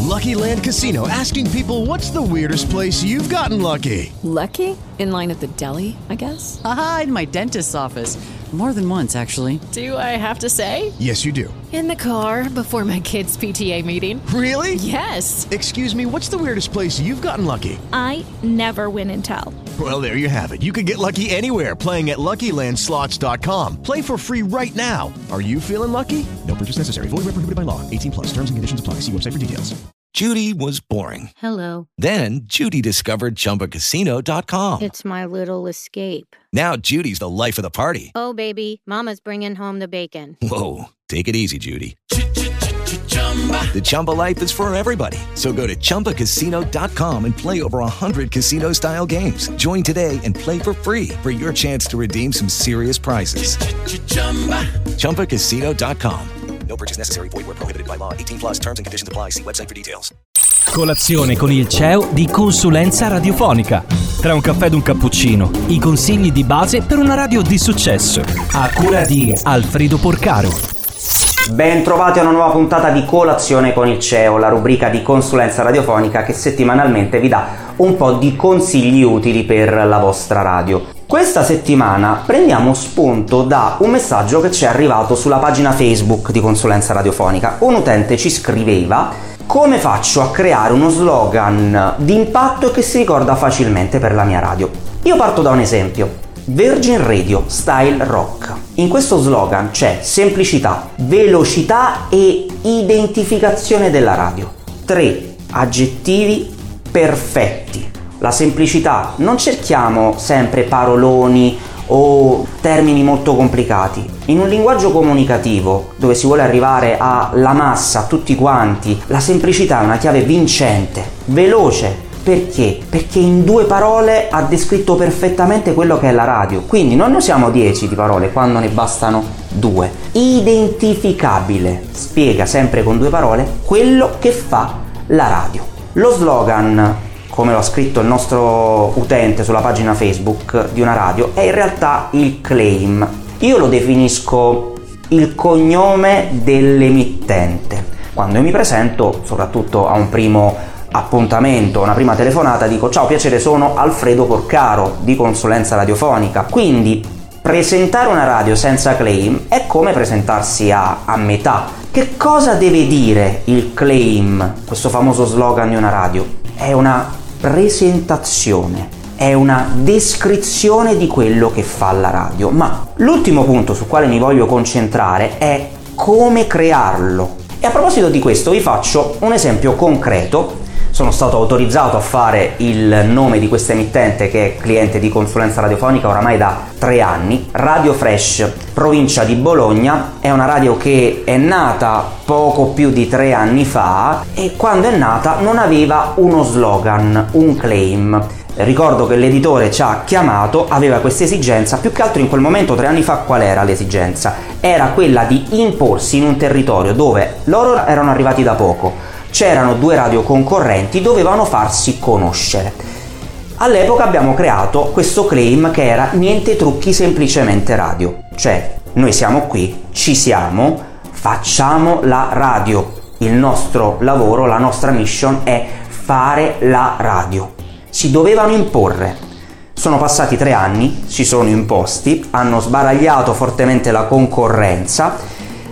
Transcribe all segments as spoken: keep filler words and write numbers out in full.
Lucky Land Casino, asking people, what's the weirdest place you've gotten lucky? Lucky? In line at the deli, I guess? Aha, in my dentist's office. More than once, actually. Do I have to say? Yes, you do. In the car before my kids' P T A meeting. Really? Yes. Excuse me, what's the weirdest place you've gotten lucky? I never win and tell. Well, there you have it. You can get lucky anywhere, playing at Lucky Land Slots dot com. Play for free right now. Are you feeling lucky? No purchase necessary. Void where prohibited by law. eighteen plus. Terms and conditions apply. See website for details. Judy was boring. Hello. Then Judy discovered Chumba Casino dot com. It's my little escape. Now Judy's the life of the party. Oh, baby, mama's bringing home the bacon. Whoa, take it easy, Judy. The Chumba life is for everybody. So go to Chumba Casino dot com and play over one hundred casino-style games. Join today and play for free for your chance to redeem some serious prizes. Chumba Casino dot com. No purchase necessary. Void where prohibited by law. eighteen plus. Terms and conditions apply. See website for details. Colazione con il C E O di Consulenza Radiofonica. Tra un caffè ed un cappuccino, i consigli di base per una radio di successo. A cura di Alfredo Porcaro. Ben trovati a una nuova puntata di Colazione con il C E O, la rubrica di consulenza radiofonica che settimanalmente vi dà un po' di consigli utili per la vostra radio. Questa settimana prendiamo spunto da un messaggio che ci è arrivato sulla pagina Facebook di Consulenza Radiofonica. Un utente ci scriveva: come faccio a creare uno slogan di impatto che si ricorda facilmente per la mia radio? Io parto da un esempio. Virgin Radio Style Rock. In questo slogan c'è semplicità, velocità e identificazione della radio. Tre aggettivi perfetti. La semplicità, non cerchiamo sempre paroloni o termini molto complicati. In un linguaggio comunicativo dove si vuole arrivare alla massa, a tutti quanti, la semplicità è una chiave vincente, veloce. Perché? Perché in due parole ha descritto perfettamente quello che è la radio. Quindi non ne usiamo dieci di parole quando ne bastano due. Identificabile, spiega sempre con due parole quello che fa la radio. Lo slogan, come lo ha scritto il nostro utente sulla pagina Facebook di una radio, è in realtà il claim. Io lo definisco il cognome dell'emittente. Quando io mi presento, soprattutto a un primo appuntamento, una prima telefonata, dico: ciao, piacere, sono Alfredo Porcaro di Consulenza Radiofonica. Quindi presentare una radio senza claim è come presentarsi a, a metà. Che cosa deve dire il claim, questo famoso slogan di una radio? È una presentazione, è una descrizione di quello che fa la radio. Ma l'ultimo punto sul quale mi voglio concentrare è come crearlo. E a proposito di questo vi faccio un esempio concreto. Sono stato autorizzato a fare il nome di questa emittente che è cliente di Consulenza Radiofonica oramai da tre anni. Radio Fresh, provincia di Bologna, è una radio che è nata poco più di tre anni fa e quando è nata non aveva uno slogan, un claim. Ricordo che l'editore ci ha chiamato, aveva questa esigenza, più che altro in quel momento, tre anni fa, qual era l'esigenza? Era quella di imporsi in un territorio dove loro erano arrivati da poco. C'erano due radio concorrenti, dovevano farsi conoscere. All'epoca abbiamo creato questo claim che era niente trucchi, semplicemente radio. Cioè, noi siamo qui, ci siamo, facciamo la radio. Il nostro lavoro, la nostra mission è fare la radio. Si dovevano imporre. Sono passati tre anni, si sono imposti, hanno sbaragliato fortemente la concorrenza,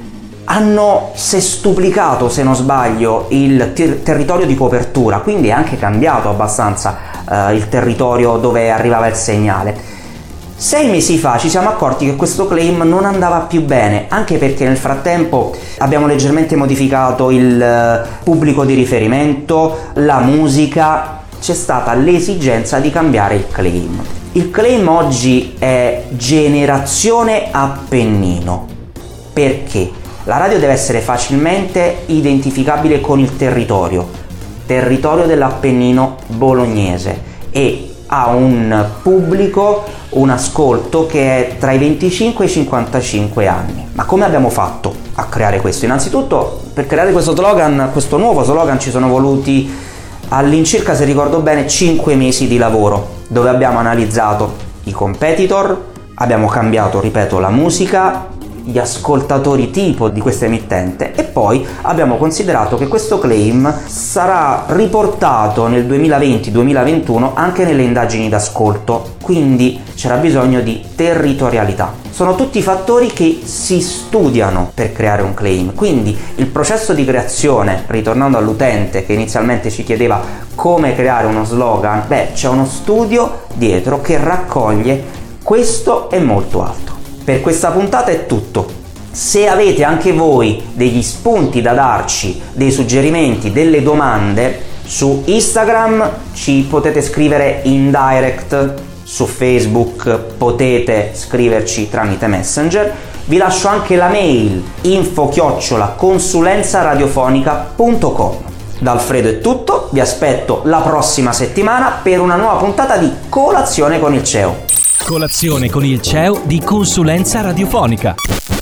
hanno sestuplicato, se non sbaglio, il ter- territorio di copertura, quindi è anche cambiato abbastanza eh, il territorio dove arrivava il segnale. Sei mesi fa ci siamo accorti che questo claim non andava più bene, anche perché nel frattempo abbiamo leggermente modificato il eh, pubblico di riferimento, la musica, c'è stata l'esigenza di cambiare il claim. Il claim oggi è Generazione Appennino. Perché? La radio deve essere facilmente identificabile con il territorio, territorio dell'Appennino bolognese, e ha un pubblico, un ascolto che è tra i venticinque e i cinquantacinque anni. Ma come abbiamo fatto a creare questo? Innanzitutto, per creare questo slogan, questo nuovo slogan, ci sono voluti all'incirca, se ricordo bene, cinque mesi di lavoro, dove abbiamo analizzato i competitor, abbiamo cambiato, ripeto, la musica, gli ascoltatori tipo di questa emittente, e poi abbiamo considerato che questo claim sarà riportato nel duemilaventi duemilaventuno anche nelle indagini d'ascolto, quindi c'era bisogno di territorialità. Sono tutti fattori che si studiano per creare un claim, quindi il processo di creazione, ritornando all'utente che inizialmente ci chiedeva come creare uno slogan, beh, c'è uno studio dietro che raccoglie questo e molto altro. Per questa puntata è tutto. Se avete anche voi degli spunti da darci, dei suggerimenti, delle domande, su Instagram ci potete scrivere in direct, su Facebook potete scriverci tramite Messenger. Vi lascio anche la mail info chiocciola consulenza radiofonica punto com. Da Alfredo è tutto, vi aspetto la prossima settimana per una nuova puntata di Colazione con il C E O. Colazione con il C E O di Consulenza Radiofonica.